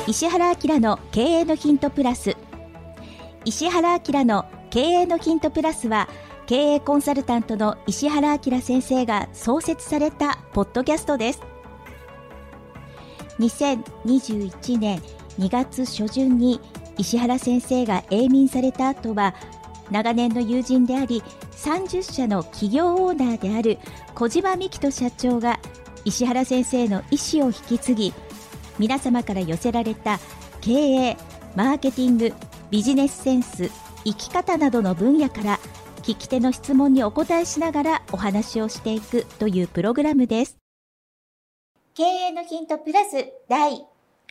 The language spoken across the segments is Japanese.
石原明の経営のヒントプラス。石原明の経営のヒントプラスは、経営コンサルタントの石原明先生が創設されたポッドキャストです。2021年2月初旬に石原先生が永眠された後は、長年の友人であり30社の企業オーナーである小島幹人社長が石原先生の意思を引き継ぎ、皆様から寄せられた経営、マーケティング、ビジネスセンス、生き方などの分野から聞き手の質問にお答えしながらお話をしていくというプログラムです。経営のヒントプラス第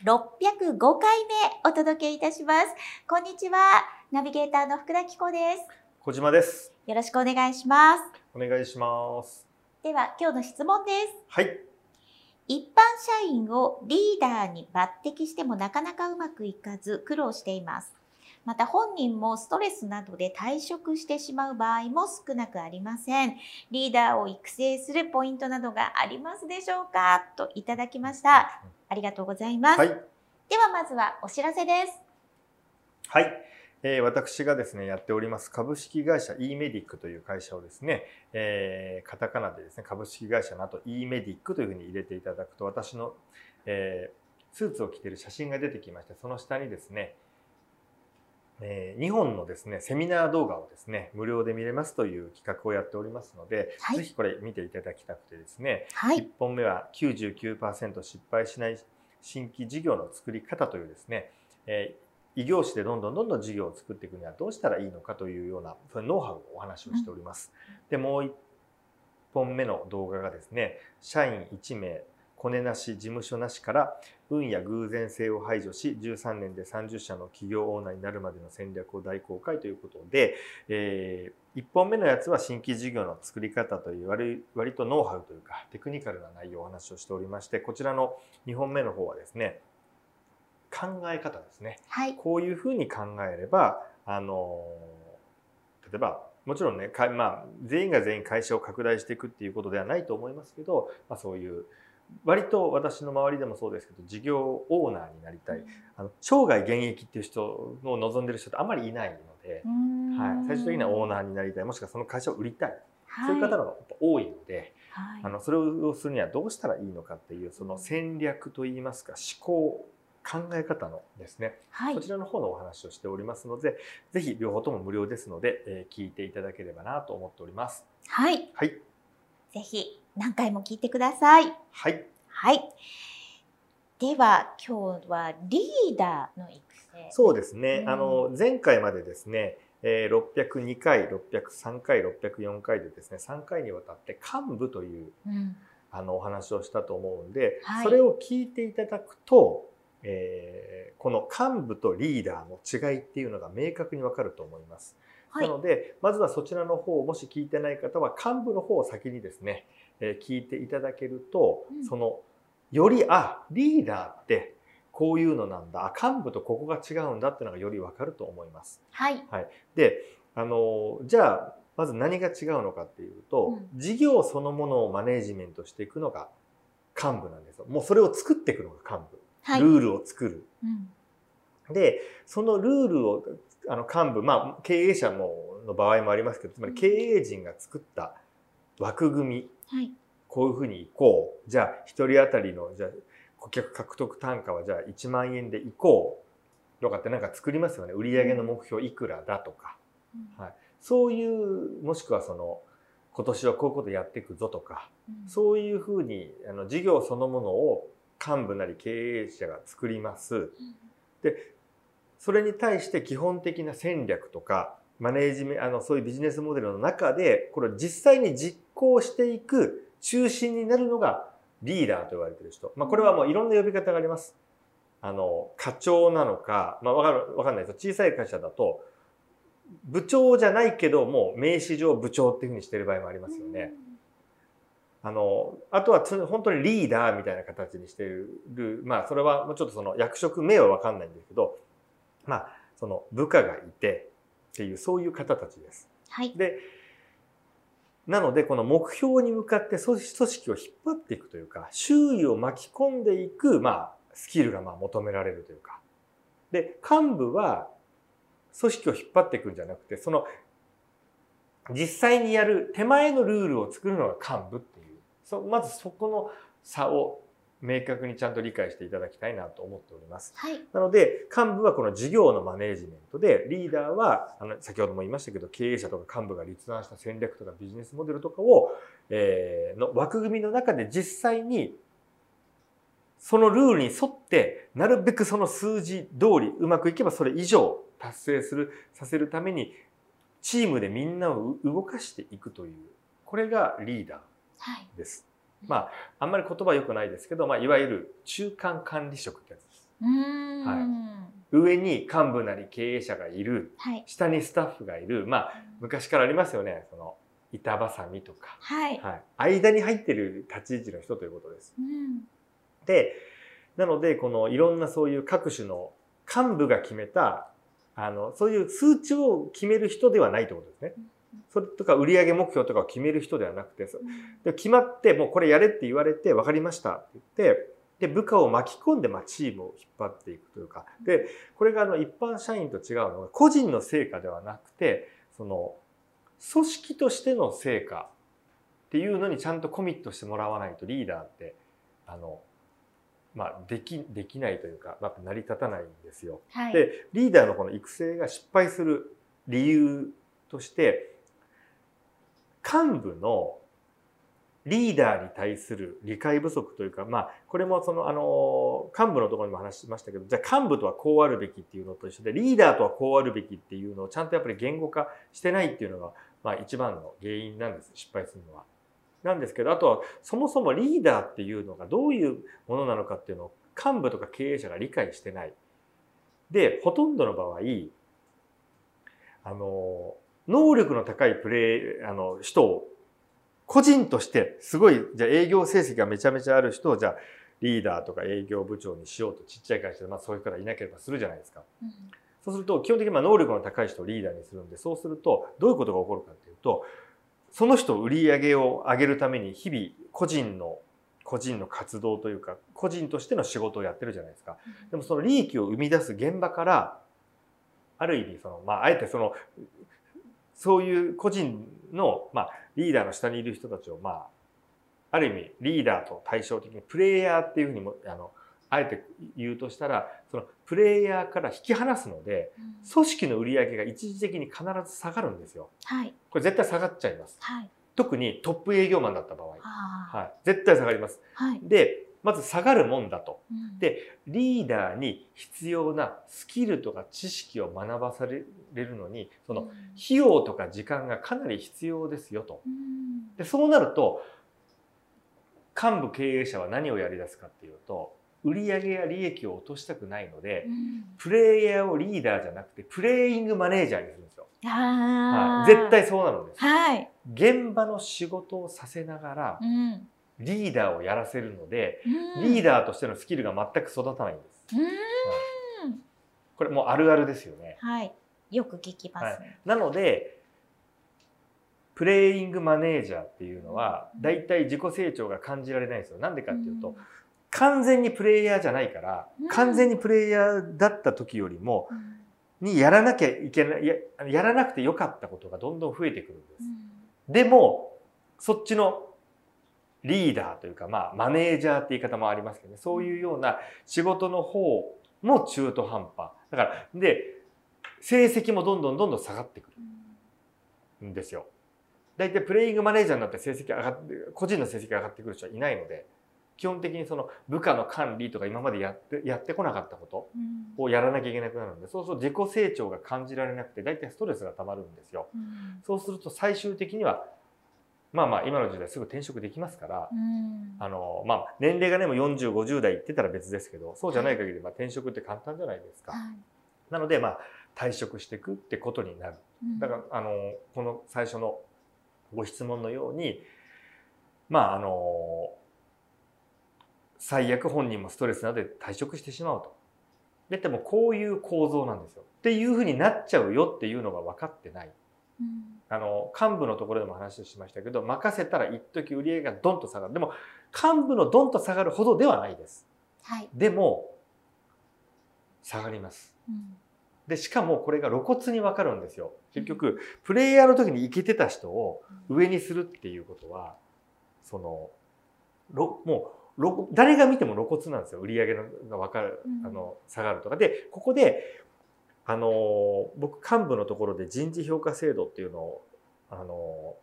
605回目お届けいたします。こんにちは。ナビゲーターの福田紀子です。 小島です。 よろしくお願いします。 お願いします。 では今日の質問です。 はい。 一般社員をリーダーに抜擢してもなかなかうまくいかず苦労しています。また本人もストレスなどで退職してしまう場合も少なくありません。リーダーを育成するポイントなどがありますでしょうか、といただきました。ありがとうございます。 はい。 ではまずはお知らせです。 はい。私がですね、やっております株式会社 E-MEDIC という会社をですね、カタカナでですね、株式会社の後 E-MEDIC というふうに入れていただくと、私の、スーツを着ている写真が出てきまして、その下にですね、2本のですね、セミナー動画をですね、無料で見れますという企画をやっておりますので、 はい、 ぜひこれ見ていただきたくてですね、 はい、 1本目は 99% 失敗しない新規事業の作り方というですね、異業種でどんどん事業を作っていくにはどうしたらいいのかというようなそのノウハウをお話をしております。で、もう1本目の動画がですね、社員1名、コネなし、事務所なしから運や偶然性を排除し、13年で30社の企業オーナーになるまでの戦略を大公開ということで、1本目のやつは新規事業の作り方という割とノウハウというかテクニカルな内容をお話をしておりまして、こちらの2本目の方はですね、考え方ですね。 はい、 こういうふうに考えれば、例えばもちろんね、全員が全員会社を拡大していくっていうことではないと思いますけど、そういう割と私の周りでもそうですけど、事業オーナーになりたい、生涯現役っていう人を望んでる人ってあんまりいないので、はい、最終的にはオーナーになりたい、もしくはその会社を売りたい、そういう方の方が多いので、それをするにはどうしたらいいのかっていうその戦略といいますか、思考、考え方のですね、こちらの方のお話をしておりますので、ぜひ両方とも無料ですので、聞いていただければなと思っております。 はい。 はい。 ぜひ何回も聞いてください。 はい。 はい。では今日はリーダーの育成。 そうですね。前回までですね、602回、603回、604回でですね、3回にわたって幹部という、お話をしたと思うんで、それを聞いていただくと、この幹部とリーダーの違いっていうのが明確にわかると思います。なので、まずはそちらの方をもし聞いてない方は幹部の方を先にですね、聞いていただけると、より、リーダーってこういうのなんだ、幹部とここが違うんだっていうのがよりわかると思います。 はい。 はい。で、じゃあ、まず何が違うのかっていうと、事業そのものをマネージメントしていくのが幹部なんですよ。もうそれを作っていくのが幹部。ルールを作る。で、そのルールを幹部、経営者の場合もありますけど、つまり経営陣が作った枠組み、こういうふうにいこう。じゃあ一人当たりの顧客獲得単価はじゃあ1万円でいこうとかってなんか作りますよね。売上の目標いくらだとか、はい、そういうもしくは今年はこういうことやっていくぞとか、そういうふうに事業そのものを幹部なり経営者が作ります。で、それに対して基本的な戦略とかマネージメント、そういうビジネスモデルの中でこれを実際に実行していく中心になるのがリーダーと言われている人。これはもういろんな呼び方があります。課長なのか、わかんないです。小さい会社だと部長じゃないけども名刺上部長っていうふうにしている場合もありますよね。あとは本当にリーダーみたいな形にしている、それはもうちょっと役職名はわかんないんですけど、部下がいてっていうそういう方たちです。 はい。 で、なのでこの目標に向かって組織を引っ張っていくというか、周囲を巻き込んでいく、 スキルが求められるというか。で、幹部は組織を引っ張っていくんじゃなくて、その実際にやる手前のルールを作るのが幹部っていう、まずそこの差を明確にちゃんと理解していただきたいなと思っております。 はい、 なので幹部はこの事業のマネージメントで、リーダーは先ほども言いましたけど、経営者とか幹部が立案した戦略とかビジネスモデルとかを、の枠組みの中で実際にそのルールに沿ってなるべくその数字通りうまくいけばそれ以上達成させるためにチームでみんなを動かしていくという、これがリーダーです。はい、あんまり言葉良くないですけど、いわゆる中間管理職ってやつです。はい、上に幹部なり経営者がいる、はい、下にスタッフがいる、昔からありますよね、その板挟みとか、はいはい、間に入ってる立ち位置の人ということです。で、なのでこのいろんなそういう各種の幹部が決めたそういう数値を決める人ではないということですね。それとか売上目標とかを決める人ではなくて、で決まってもうこれやれって言われて分かりましたって言って、で部下を巻き込んでチームを引っ張っていくというか、でこれが一般社員と違うのは個人の成果ではなくて、その組織としての成果っていうのにちゃんとコミットしてもらわないとリーダーってできないというか、成り立たないんですよ。はい、でリーダーのこの育成が失敗する理由として、幹部のリーダーに対する理解不足というか、これも幹部のところにも話しましたけど、じゃあ幹部とはこうあるべきっていうのと一緒で、リーダーとはこうあるべきっていうのをちゃんとやっぱり言語化してないっていうのが、一番の原因なんです、失敗するのは。なんですけど、あとはそもそもリーダーっていうのがどういうものなのかっていうのを幹部とか経営者が理解してない。で、ほとんどの場合、能力の高い人を個人としてすごい、じゃあ営業成績がめちゃめちゃある人をじゃあリーダーとか営業部長にしようとちっちゃい会社でそういう人がいなければするじゃないですか。そうすると基本的に能力の高い人をリーダーにするんで、そうするとどういうことが起こるかっていうと、その人売り上げを上げるために日々個人の活動というか個人としての仕事をやってるじゃないですか。でもその利益を生み出す現場からある意味あえてそういう個人のリーダーの下にいる人たちをある意味リーダーと対照的にプレイヤーっていうふうにもあえて言うとしたら、そのプレイヤーから引き離すので、組織の売り上げが一時的に必ず下がるんですよ。はい、これ絶対下がっちゃいます。はい、特にトップ営業マンだった場合、はい、絶対下がります。はい、で、まず下がるもんだと。で、リーダーに必要なスキルとか知識を学ばされるのに、その費用とか時間がかなり必要ですよと。で、そうなると幹部経営者は何をやり出すかっていうと、売上や利益を落としたくないので、プレイヤーをリーダーじゃなくてプレイングマネージャーにするんですよ。はい、絶対そうなのです。はい、現場の仕事をさせながら、リーダーをやらせるので、リーダーとしてのスキルが全く育たないんです。はい、これもうあるあるですよね。 はい、よく聞きます。はい、 なのでプレイングマネージャーっていうのはだいたい自己成長が感じられないんですよ。なんでかっていうと、完全にプレイヤーじゃないから、完全にプレイヤーだった時よりも、やらなきゃいけない、やらなくてよかったことがどんどん増えてくるんです。でも、そっちのリーダーというか、マネージャーって言い方もありますけどね、そういうような仕事の方も中途半端。だから、で、成績もどんどん下がってくるんですよ。だいたいプレイングマネージャーになって個人の成績が上がってくる人はいないので、基本的にその部下の管理とか今までやってこなかったことをやらなきゃいけなくなるので、そうすると自己成長が感じられなくて、だいたいストレスがたまるんですよ。そうすると最終的には今の時代すぐ転職できますから、年齢がねもう40、50代いってたら別ですけど、そうじゃない限り転職って簡単じゃないですか。なので退職していくってことになる。だからこの最初のご質問のように最悪本人もストレスなどで退職してしまうと。でもこういう構造なんですよ。っていうふうになっちゃうよっていうのが分かってない。幹部のところでも話をしましたけど、任せたら一時売り上げがドンと下がる。でも幹部のドンと下がるほどではないです。 はい、 でも下がります。でしかもこれが露骨に分かるんですよ。結局プレイヤーの時にイケてた人を上にするっていうことはそのもう誰が見ても露骨なんですよ。売り上げが分かる下がるとかで、ここで僕幹部のところで人事評価制度っていうのを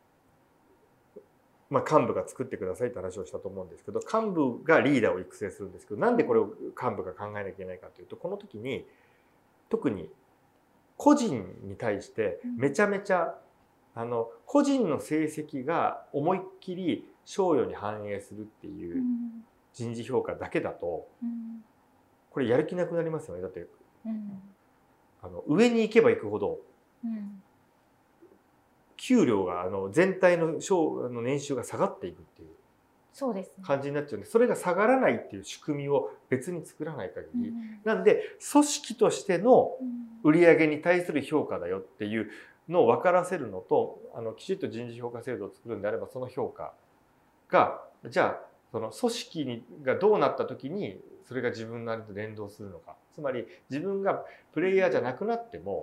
幹部が作ってくださいって話をしたと思うんですけど、幹部がリーダーを育成するんですけど、なんでこれを幹部が考えなきゃいけないかというと、この時に特に個人に対してめちゃめちゃ個人の成績が思いっきり賞与に反映するっていう人事評価だけだと、これやる気なくなりますよね。だって上に行けば行くほど給料が全体の年収が下がっていくっていう感じになっちゃうんで、それが下がらないっていう仕組みを別に作らない限り、なんで組織としての売上に対する評価だよっていうのを分からせるのと、きちっと人事評価制度を作るんであれば、その評価がじゃあその組織がどうなった時にそれが自分なりと連動するのか、つまり自分がプレイヤーじゃなくなっても、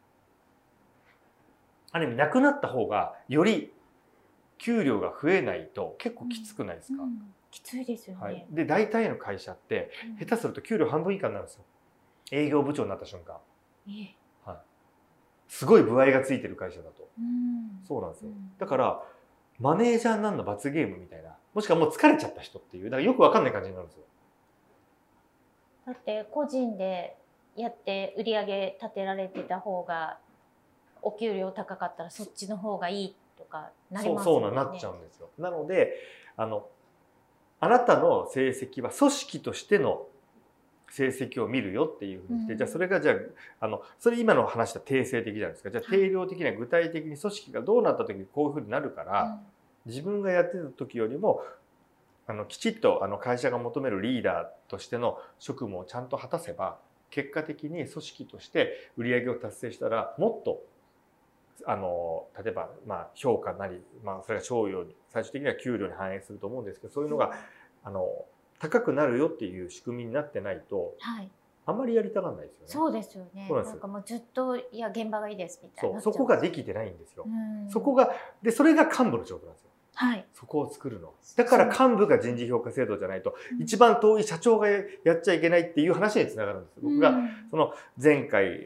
ある意味なくなった方がより給料が増えないと結構きつくないですか？ きついですよね。 はい、で大体の会社って下手すると給料半分以下になるんですよ。営業部長になった瞬間、はい、すごい歩合がついてる会社だと、そうなんですよ。だからマネージャーになるの罰ゲームみたいな、もしくはもう疲れちゃった人っていう、だからよくわかんない感じになるんですよ。 だって個人でやって売り上げ立てられてた方がお給料高かったらそっちの方がいいとかなりますよね。 そうなっちゃうんですよ。なのであなたの成績は組織としての成績を見るよっていうふうにして、じゃあそれがじゃあそれ今の話した定性的じゃないですか。じゃあ定量的な具体的に組織がどうなった時にこういうふうになるから、自分がやってた時よりもきちっと会社が求めるリーダーとしての職務をちゃんと果たせば、結果的に組織として売り上げを達成したらもっと例えば評価なり、それが賞与に最終的には給料に反映すると思うんですけど、そういうのが高くなるよっていう仕組みになってないと、あんまりやりたがらないですよね。 そうですよね。なんかもうずっといや現場がいいですみたいな。 そこができてないんですよ。それが幹部の仕事なんですよ。 はい、 そこを作るの。だから幹部が人事評価制度じゃないと、一番遠い社長がやっちゃいけないっていう話につながるんです。僕がその前回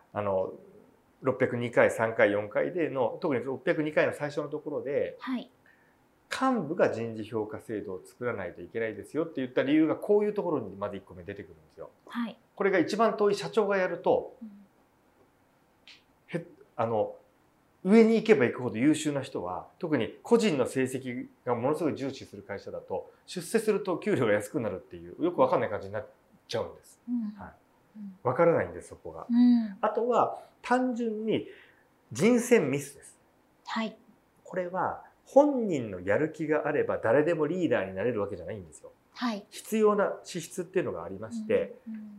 602回3回4回での、特に602回の最初のところで、幹部が人事評価制度を作らないといけないですよって言った理由がこういうところにまず1個目出てくるんですよ。これが一番遠い社長がやると、上に行けば行くほど優秀な人は、特に個人の成績がものすごい重視する会社だと、出世すると給料が安くなるっていうよく分かんない感じになっちゃうんです。分からないんです、そこが。あとは単純に人選ミスです。これは本人のやる気があれば誰でもリーダーになれるわけじゃないんですよ。必要な資質っていうのがありまして、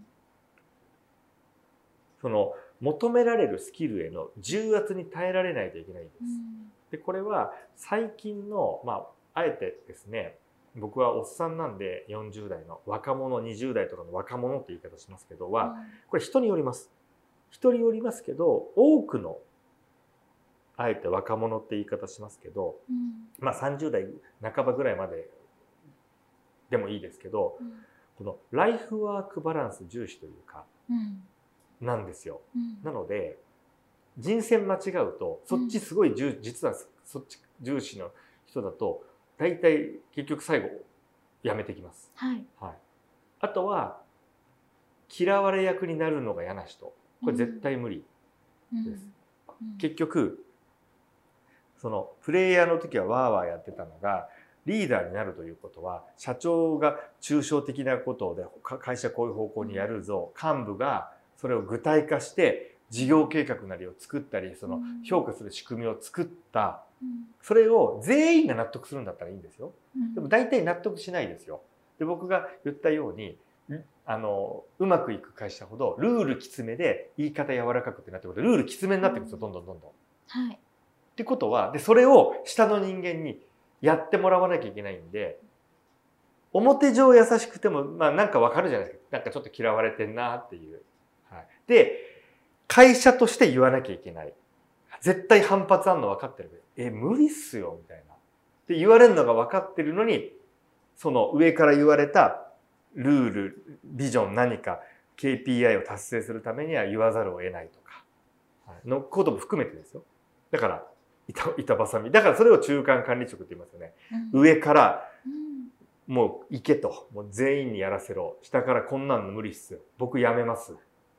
その求められるスキルへの重圧に耐えられないといけないんです。でこれは最近のあえてですね、僕はおっさんなんで40代の若者、20代とかの若者って言い方しますけどは、これ人によります。人によりますけど、多くのあえて若者って言い方しますけど、30代半ばぐらいまででもいいですけど、このライフワークバランス重視というかなんですよ。なので人選間違うと、そっちすごい実はそっち重視の人だと大体結局最後やめてきます。あとは嫌われ役になるのが嫌な人、これ絶対無理です。結局そのプレイヤーの時はワーワーやってたのが、リーダーになるということは、社長が抽象的なことで会社こういう方向にやるぞ、幹部がそれを具体化して事業計画なりを作ったり、その評価する仕組みを作った、それを全員が納得するんだったらいいんですよ。でも大体納得しないですよ。で僕が言ったようにうまくいく会社ほどルールきつめで言い方柔らかくってなってくると、ルールきつめになってくるんですよ、どんどん。ってことは、それを下の人間にやってもらわなきゃいけないんで、 表上優しくても、まあなんかわかるじゃないですか。なんかちょっと嫌われてんなっていう。はい、で、会社として言わなきゃいけない。絶対反発あんの分かってるけど、無理っすよ、みたいな。って言われるのが分かってるのに、その上から言われたルール、ビジョン、何か KPI を達成するためには言わざるを得ないとか、のことも含めてですよ。だから、板挟み。だからそれを中間管理職って言いますよね。上から、もう行けと。もう全員にやらせろ。下からこんなんの無理っすよ。僕辞めます。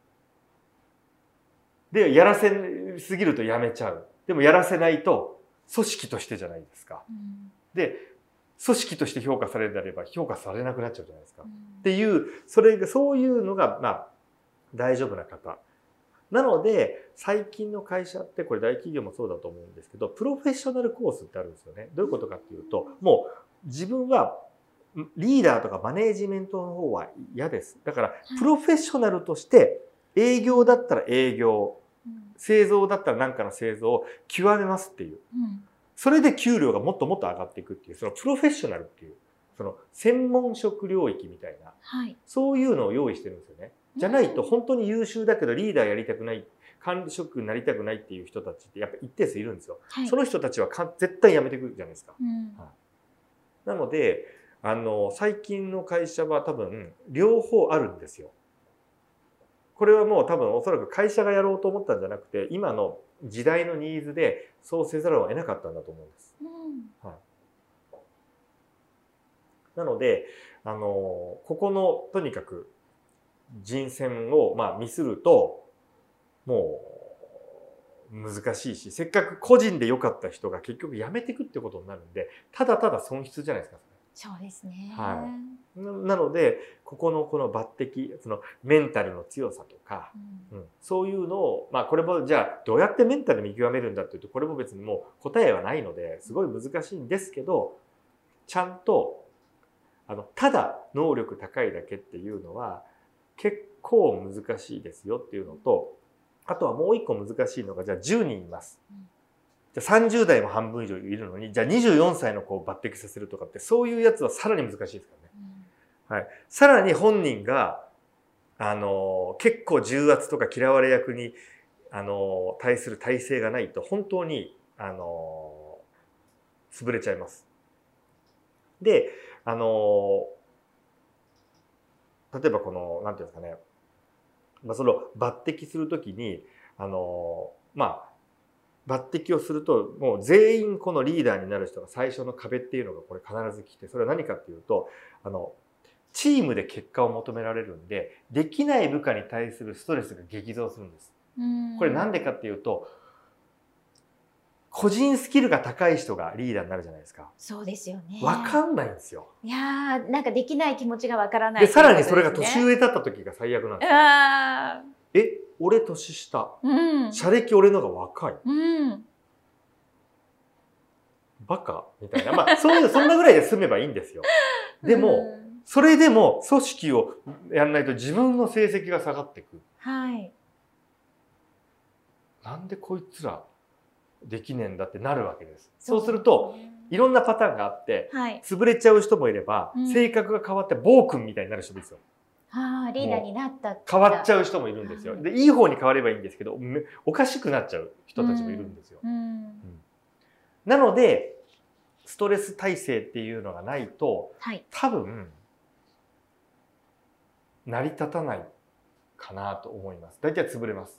で、やらせすぎると辞めちゃう。でもやらせないと組織としてじゃないですか。で、組織として評価されれば評価されなくなっちゃうじゃないですか。っていう、そういうのが、まあ、大丈夫な方。なので、最近の会社って、これ大企業もそうだと思うんですけど、プロフェッショナルコースってあるんですよね。どういうことかっていうと、もう自分はリーダーとかマネージメントの方は嫌です。だから、プロフェッショナルとして営業だったら営業、製造だったら何かの製造を極めますっていう。それで給料がもっともっと上がっていくっていう、そのプロフェッショナルっていう、その専門職領域みたいな、そういうのを用意してるんですよね。じゃないと本当に優秀だけどリーダーやりたくない、管理職になりたくないっていう人たちってやっぱ一定数いるんですよ。その人たちは絶対辞めてくるじゃないですか。なので、最近の会社は多分両方あるんですよ。これはもう多分おそらく会社がやろうと思ったんじゃなくて、今の時代のニーズでそうせざるを得なかったんだと思うんです。なので、ここのとにかく人選をミスるともう難しいし、せっかく個人で良かった人が結局辞めていくってことになるんで、ただただ損失じゃないですか。 そうですね。 なので、この抜擢、そのメンタルの強さとか、そういうのを、これもじゃあどうやってメンタル見極めるんだっていうと、これも別にもう答えはないので、すごい難しいんですけど、ちゃんと、ただ能力高いだけっていうのは結構難しいですよっていうのと、あとはもう一個難しいのが、じゃあ10人います。じゃあ30代も半分以上いるのに、じゃあ24歳の子を抜擢させるとかって、そういうやつはさらに難しいですからね。さらに本人が、結構重圧とか嫌われ役に、対する体制がないと、本当に、潰れちゃいます。で、例えばなんていうんですかね、その抜擢するときに、抜擢をすると、もう全員このリーダーになる人が最初の壁っていうのがこれ必ず来て、それは何かっていうと、チームで結果を求められるんで、できない部下に対するストレスが激増するんです。これなんでかっていうと、個人スキルが高い人がリーダーになるじゃないですか。 そうですよね。 わかんないんですよ。 いやー、なんかできない気持ちがわからない、 で、さらにそれが年上だった時が最悪なんですよ。俺年下。社歴俺のが若い。バカみたいな。そんなぐらいで済めばいいんですよ。でも、それでも組織をやらないと自分の成績が下がっていく。なんでこいつらできねえんだってなるわけです。そうすると、いろんなパターンがあって、潰れちゃう人もいれば、性格が変わって暴君みたいになる人もいるんですよ。 リーダーになった変わっちゃう人もいるんですよ。で、いい方に変わればいいんですけど、おかしくなっちゃう人たちもいるんですよ。なので、ストレス耐性っていうのがないと、多分、成り立たないかなと思います。大体潰れます。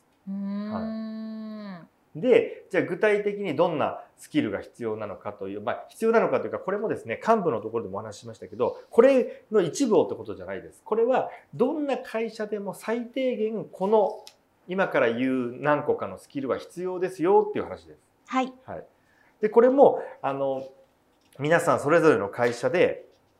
で、じゃあ具体的にどんなスキルが必要なのかという、必要なのかというか、これもですね、幹部のところでもお話ししましたけど、これの一部をってことじゃないです。これは、どんな会社でも最低限、この、今から言う何個かのスキルは必要ですよっていう話です。で、これも、皆さんそれぞれの会社で、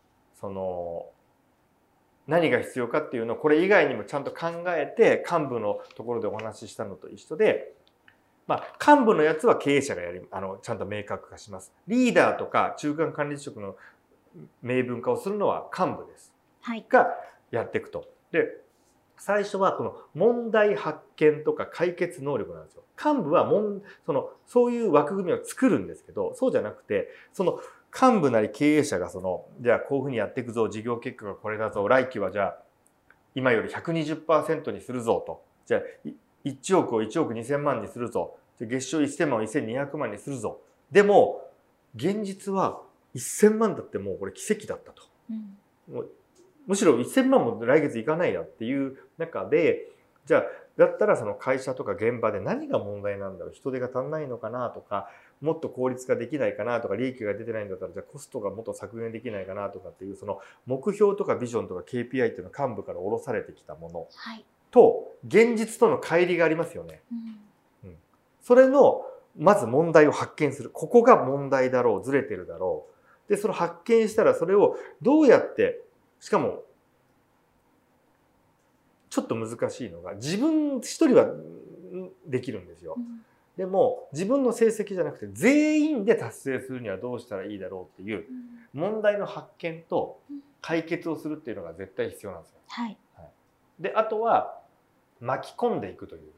何が必要かっていうのを、これ以外にもちゃんと考えて、幹部のところでお話ししたのと一緒で、幹部のやつは経営者がちゃんと明確化します。リーダーとか中間管理職の明文化をするのは幹部です。がやっていくと。で、最初はこの問題発見とか解決能力なんですよ。幹部はそういう枠組みを作るんですけど、そうじゃなくて、その幹部なり経営者がじゃあこういうふうにやっていくぞ、事業結果がこれだぞ、来期はじゃあ今より 120% にするぞと。じゃあ1億を1億2000万にするぞ。月賞1000万を1200万にするぞ。でも、現実は1000万だってもうこれ奇跡だったと。もうむしろ1000万も来月いかないやっていう中で、じゃあだったらその会社とか現場で何が問題なんだろう、人手が足んないのかなとか、もっと効率化できないかなとか、利益が出てないんだったらじゃあコストがもっと削減できないかなとかっていう、その目標とかビジョンとか KPI っていうのは幹部から下ろされてきたものと現実との乖離がありますよね。それのまず問題を発見する。ここが問題だろう、ずれてるだろう。で、その発見したらそれをどうやって、しかもちょっと難しいのが、自分一人はできるんですよ。でも自分の成績じゃなくて全員で達成するにはどうしたらいいだろうっていう問題の発見と解決をするっていうのが絶対必要なんですよ。で、あとは巻き込んでいくという。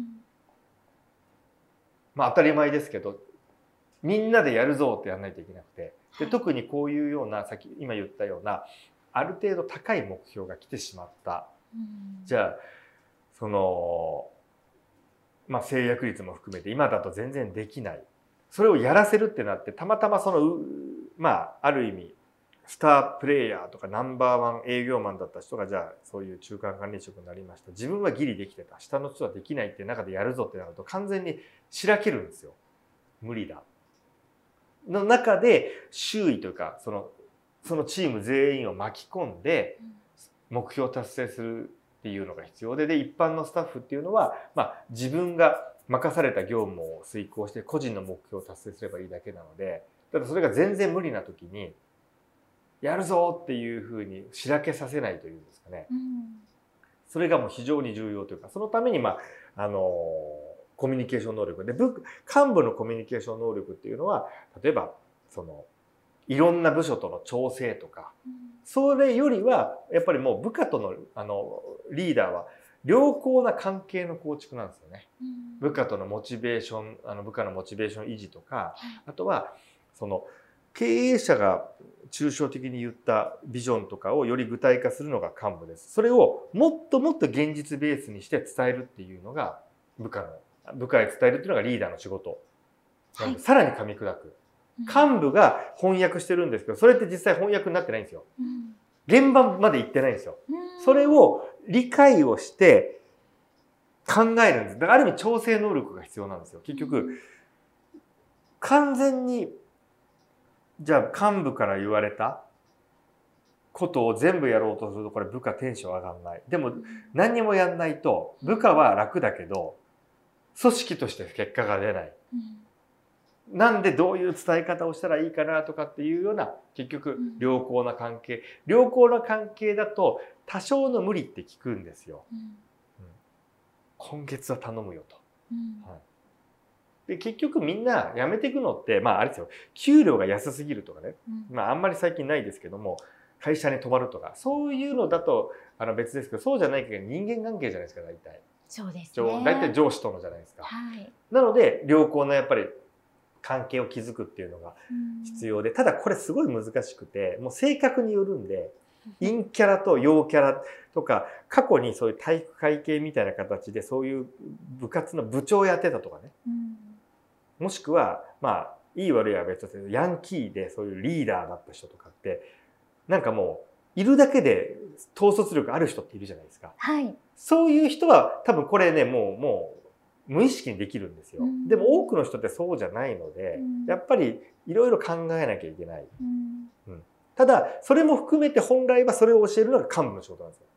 まあ当たり前ですけど、みんなでやるぞってやらないといけなくて、で特にこういうような今言ったようなある程度高い目標が来てしまった。じゃあまあ、制約率も含めて今だと全然できない。それをやらせるってなって、たまたままあある意味スタープレイヤーとかナンバーワン営業マンだった人がじゃあそういう中間管理職になりました。自分はギリできてた。下の人はできないっていう中でやるぞってなると完全にしらけるんですよ。無理だ。の中で周囲というかそのチーム全員を巻き込んで目標を達成するっていうのが必要で、一般のスタッフっていうのは、まあ、自分が任された業務を遂行して個人の目標を達成すればいいだけなので、ただそれが全然無理な時にやるぞっていうふうにしらけさせないというんですかね、それがもう非常に重要というか、そのためにコミュニケーション能力で、幹部のコミュニケーション能力っていうのは、例えばいろんな部署との調整とか、それよりはやっぱりもう部下とのリーダーは良好な関係の構築なんですよね。部下とのモチベーション、部下のモチベーション維持とか、あとは経営者が抽象的に言ったビジョンとかをより具体化するのが幹部です。それをもっともっと現実ベースにして伝えるっていうのが部下へ伝えるっていうのがリーダーの仕事。さらに噛み砕く。幹部が翻訳してるんですけど、それって実際翻訳になってないんですよ。現場まで行ってないんですよ。それを理解をして考えるんです。だからある意味調整能力が必要なんですよ。結局、完全に、じゃあ幹部から言われたことを全部やろうとすると、これ部下テンション上がんない。でも何にもやんないと、部下は楽だけど、組織として結果が出ない。なんでどういう伝え方をしたらいいかなとかっていうような、結局良好な関係。良好な関係だと多少の無理って聞くんですよ。今月は頼むよと。で結局みんな辞めていくのって、まああれですよ、給料が安すぎるとかね、まああんまり最近ないですけども、会社に泊まるとか、そういうのだと別ですけど、そうじゃないけど人間関係じゃないですか、大体。 そうですね。 大体上司とのじゃないですか。なので良好なやっぱり関係を築くっていうのが必要で、ただこれすごい難しくて、もう性格によるんで、陰キャラと陽キャラとか、過去にそういう体育会系みたいな形でそういう部活の部長をやってたとかね、もしくはまあいい悪いは別としてヤンキーでそういうリーダーだった人とかって、なんかもういるだけで統率力ある人っているじゃないですか。そういう人は多分これね、もう無意識にできるんですよ。でも多くの人ってそうじゃないので、やっぱりいろいろ考えなきゃいけない。ただそれも含めて本来はそれを教えるのが幹部の仕事なんですよ。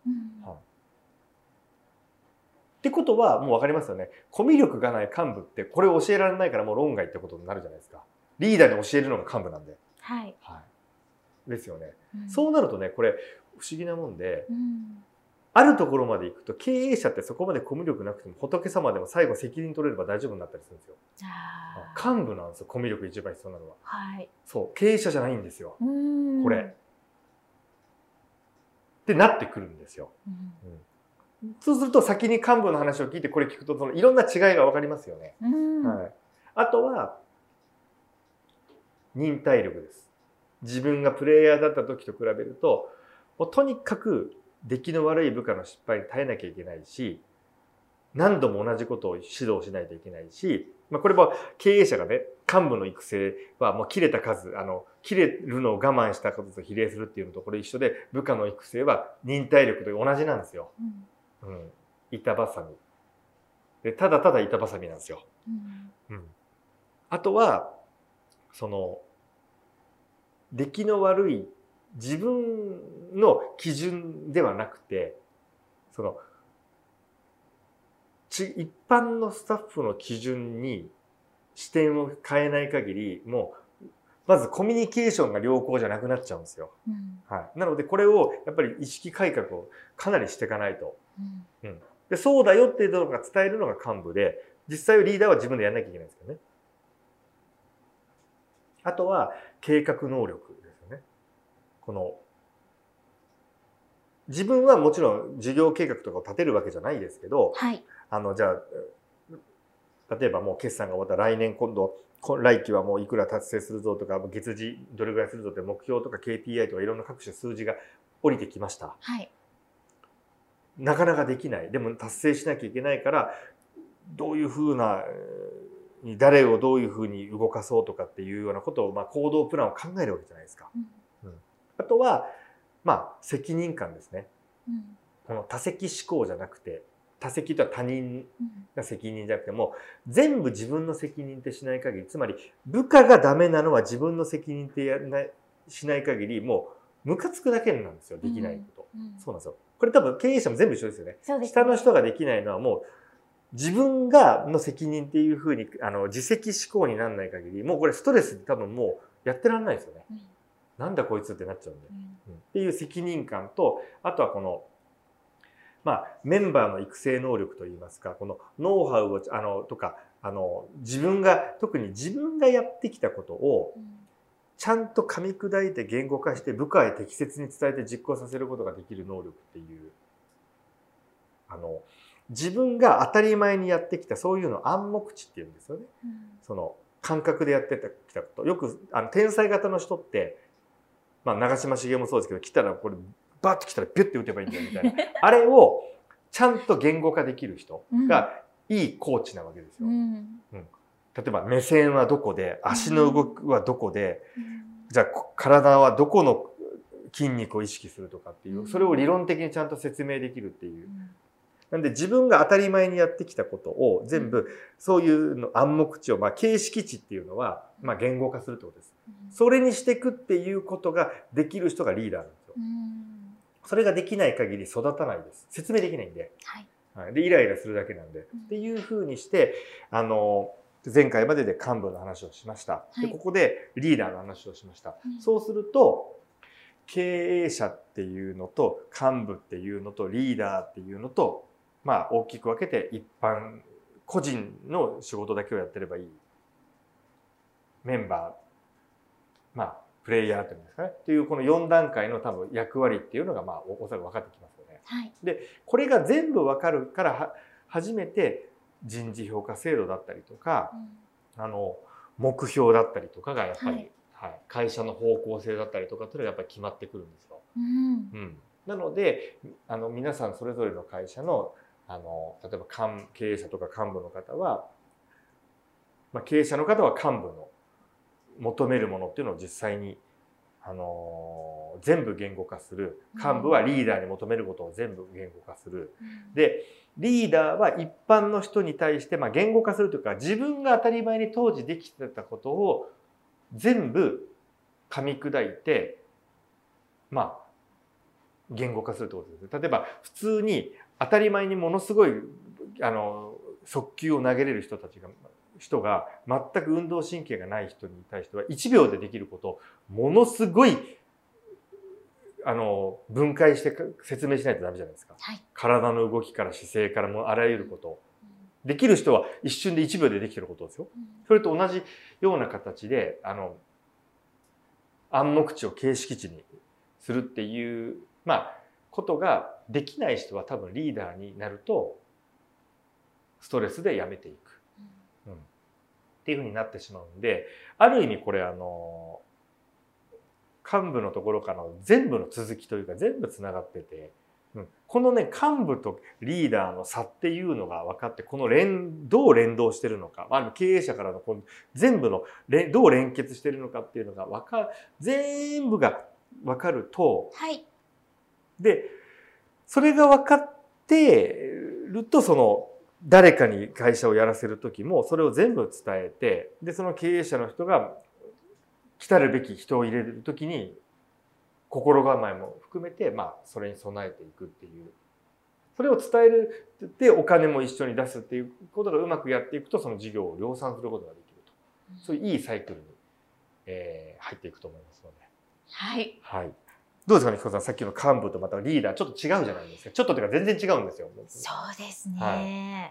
ってことはもう分かりますよね。コミュ力がない幹部ってこれを教えられないからもう論外ってことになるじゃないですか。リーダーに教えるのが幹部なんで。ですよね。そうなるとね、これ不思議なもんで、あるところまで行くと経営者ってそこまでコミュ力なくても仏様でも最後責任取れれば大丈夫になったりするんですよ。幹部なんですよ、コミュ力一番必要なのは。そう、経営者じゃないんですよ。これ。ってなってくるんですよ。そうすると先に幹部の話を聞いてこれ聞くといろんな違いが分かりますよね。あとは忍耐力です。 自分がプレイヤーだった時と比べると、もうとにかく出来の悪い部下の失敗に耐えなきゃいけないし、何度も同じことを指導しないといけないし、これも経営者がね、幹部の育成はもう切れた数、切れるのを我慢した数と比例するっていうのとこれ一緒で、部下の育成は忍耐力と同じなんですよ。板挟み。で、ただただ板挟みなんですよ。あとは、出来の悪い自分の基準ではなくて、一般のスタッフの基準に視点を変えない限り、もう、まずコミュニケーションが良好じゃなくなっちゃうんですよ。なので、これをやっぱり意識改革をかなりしていかないと。で、そうだよっていうのが伝えるのが幹部で、実際はリーダーは自分でやんなきゃいけないんですけどね。あとは、計画能力ですよね。自分はもちろん事業計画とかを立てるわけじゃないですけど、じゃあ、例えばもう決算が終わったら来年今度、来期はもういくら達成するぞとか、月次どれぐらいするぞって目標とか KPI とかいろんな各種数字が降りてきました。なかなかできない。でも達成しなきゃいけないから、どういうふうな、誰をどういうふうに動かそうとかっていうようなことを、行動プランを考えるわけじゃないですか。あとは、責任感ですね。この多責思考じゃなくて、多責とは他人が責任じゃなくても、全部自分の責任ってしない限り、つまり部下がダメなのは自分の責任ってしない限り、もうムカつくだけなんですよ、できないこと。そうなんですよ。これ多分経営者も全部一緒ですよね。下の人ができないのはもう自分の責任っていうふうに自責思考にならない限り、もうこれストレスで多分もうやってらんないですよね。なんだこいつってなっちゃうんで。っていう責任感と、あとはメンバーの育成能力といいますか、このノウハウをとか特に自分がやってきたことをちゃんと噛み砕いて言語化して部下へ適切に伝えて実行させることができる能力っていう、自分が当たり前にやってきたそういうの暗黙知っていうんですよね。その感覚でやってきたこと。よく天才型の人って、長嶋茂雄もそうですけど、来たらこれバッと来たらビュッて打てばいいんだよみたいなあれをちゃんと言語化できる人がいいコーチなわけですよ。例えば目線はどこで、足の動きはどこで、じゃあ体はどこの筋肉を意識するとかっていう、それを理論的にちゃんと説明できるっていう。なんで自分が当たり前にやってきたことを全部そういうの暗黙知を、形式知っていうのは言語化するってことです。それにしていくっていうことができる人がリーダーなんですよ。それができない限り育たないです。説明できないんで。で、イライラするだけなんで。っていうふうにして、前回までで幹部の話をしました。で、ここでリーダーの話をしました。そうすると、経営者っていうのと幹部っていうのとリーダーっていうのと、大きく分けて個人の仕事だけをやってればいい。メンバー、プレイヤーっていうんですかね。っていうこの4段階の多分役割っていうのがおそらく分かってきますよね。で、これが全部分かるから初めて人事評価制度だったりとか、目標だったりとかがやっぱり、会社の方向性だったりとかっていうのがやっぱり決まってくるんですよ。なので皆さんそれぞれの会社の例えば経営者とか幹部の方は、経営者の方は幹部の求めるものっていうのを実際に全部言語化する。幹部はリーダーに求めることを全部言語化する。で、リーダーは一般の人に対して言語化するというか、自分が当たり前に当時できてたことを全部噛み砕いて、言語化するってことです。例えば普通に当たり前にものすごい速球を投げれる人が全く運動神経がない人に対しては1秒でできることをものすごい分解して説明しないとダメじゃないですか。体の動きから姿勢からもあらゆることを。できる人は一瞬で1秒でできてることですよ。それと同じような形で暗黙知を形式知にするっていうことができない人は多分リーダーになるとストレスでやめていく、っていうふうになってしまうんで、ある意味これ幹部のところからの全部の続きというか全部つながってて、このね幹部とリーダーの差っていうのが分かって、このどう連動してるのか、経営者からのこの全部のどう連結してるのかっていうのが全部が分かると、 はい、 でそれが分かってると、その誰かに会社をやらせる時もそれを全部伝えて、でその経営者の人が来たるべき人を入れる時に心構えも含めて、それに備えていくっていう、それを伝えるでお金も一緒に出すっていうことがうまくやっていくと、その事業を量産することができると、そういういいサイクルに、入っていくと思いますので。 はい、 はい、どうですかね、彦さん、さっきの幹部とまたリーダーちょっと違うじゃないですか。ちょっとというか全然違うんですよ。 そうですね、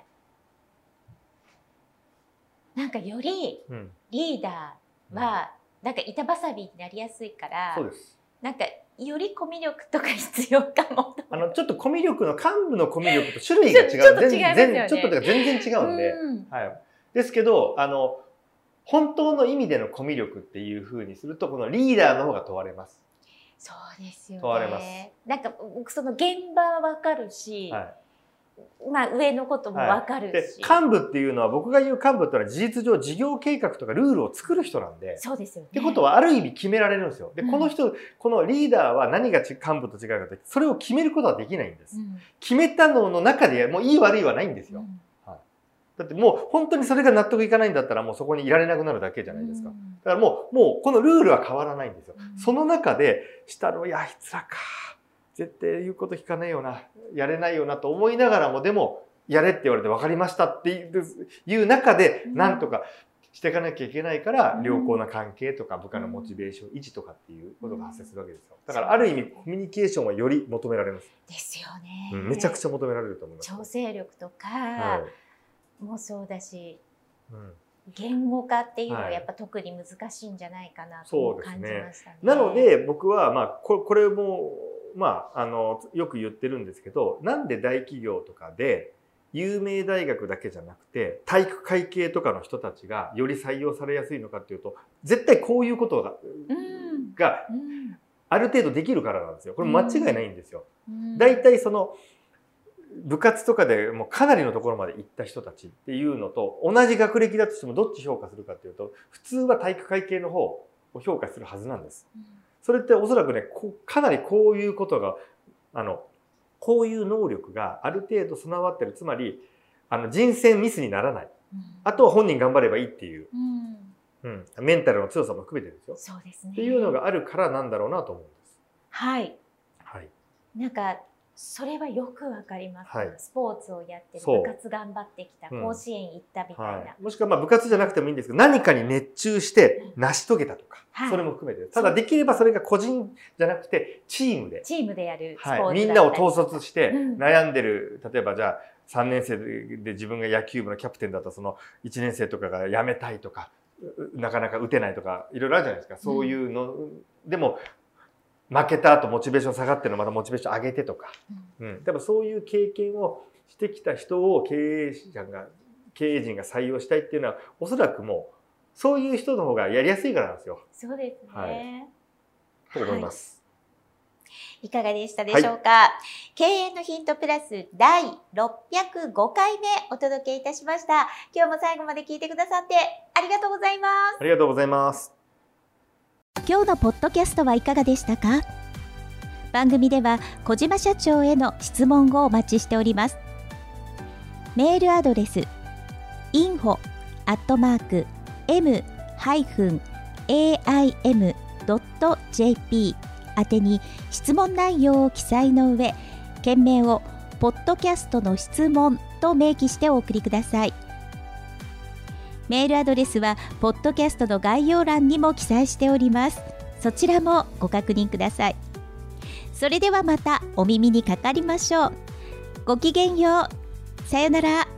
なんかよりリーダーはなんか板挟みになりやすいから、 そうです。 なんかよりコミュ力とか必要かも。 ちょっとコミュ力の幹部のコミュ力と種類が違う。ちょっと違いますよね。ちょっとというか全然違うんで、はい。ですけど本当の意味でのコミュ力っていう風にすると、このリーダーの方が問われます。 そうですよね。 問われます。 なんかその現場はわかるし、上のこともわかるし、 幹部っていうのは、僕が言う幹部っていうのは事実上事業計画とかルールを作る人なんで、 そうですよね。 ってことはある意味決められるんですよ。で、このリーダーは何が幹部と違うかって、それを決めることはできないんです。決めたのの中でもういい悪いはないんですよ。だってもう本当にそれが納得いかないんだったら、もうそこにいられなくなるだけじゃないですか。だからもうこのルールは変わらないんですよ。その中で下の、いやあいつらか、絶対言うこと聞かねえよな、やれないよなと思いながらも、でもやれって言われて分かりましたっていう中でなんとかしていかなきゃいけないから、良好な関係とか部下のモチベーション維持とかっていうことが発生するわけですよ。だからある意味コミュニケーションはより求められます。 ですよね。 めちゃくちゃ求められると思います。 調整力とかもそうだし、言語化っていうのはやっぱ特に難しいんじゃないかなと感じましたね。 なので僕はこれもよく言ってるんですけど、なんで大企業とかで有名大学だけじゃなくて体育会系とかの人たちがより採用されやすいのかっていうと、絶対こういうことがある程度できるからなんですよ。これ間違いないんですよ。大体その部活とかでもうかなりのところまで行った人たちっていうのと同じ学歴だとしても、どっち評価するかっていうと、普通は体育会系の方を評価するはずなんです。それっておそらくね、かなりこういうことがこういう能力がある程度備わってる。つまり人選ミスにならない、あとは本人頑張ればいいっていう、メンタルの強さも含めてですよ。 そうですね。 っていうのがあるからなんだろうなと思うんです。 はい。なんかそれはよくわかります。スポーツをやってる、部活頑張ってきた、甲子園行ったみたいな。 もしくは部活じゃなくてもいいんですけど、何かに熱中して成し遂げたとか、それも含めて。ただできればそれが個人じゃなくてチームでやるスポーツ、 みんなを統率して悩んでる、例えばじゃあ3年生で自分が野球部のキャプテンだったその1年生とかが辞めたいとか、なかなか打てないとかいろいろあるじゃないですか。そういうのでも負けた後モチベーション下がってるのまたモチベーション上げてとか、多分そういう経験をしてきた人を経営陣が採用したいっていうのは、おそらくもうそういう人の方がやりやすいからなんですよ。 そうですね。 と思います。 いかがでしたでしょうか。経営のヒントプラス第605回目お届けいたしました。今日も最後まで聞いてくださってありがとうございます。 ありがとうございます。 今日のポッドキャストはいかがでしたか。番組では小島社長への質問をお待ちしております。メールアドレス info@m-aim.jp 宛てに質問内容を記載の上、件名をポッドキャストの質問と明記してお送りください。メールアドレスはポッドキャストの概要欄にも記載しております。そちらもご確認ください。それではまたお耳にかかりましょう。ごきげんよう。さよなら。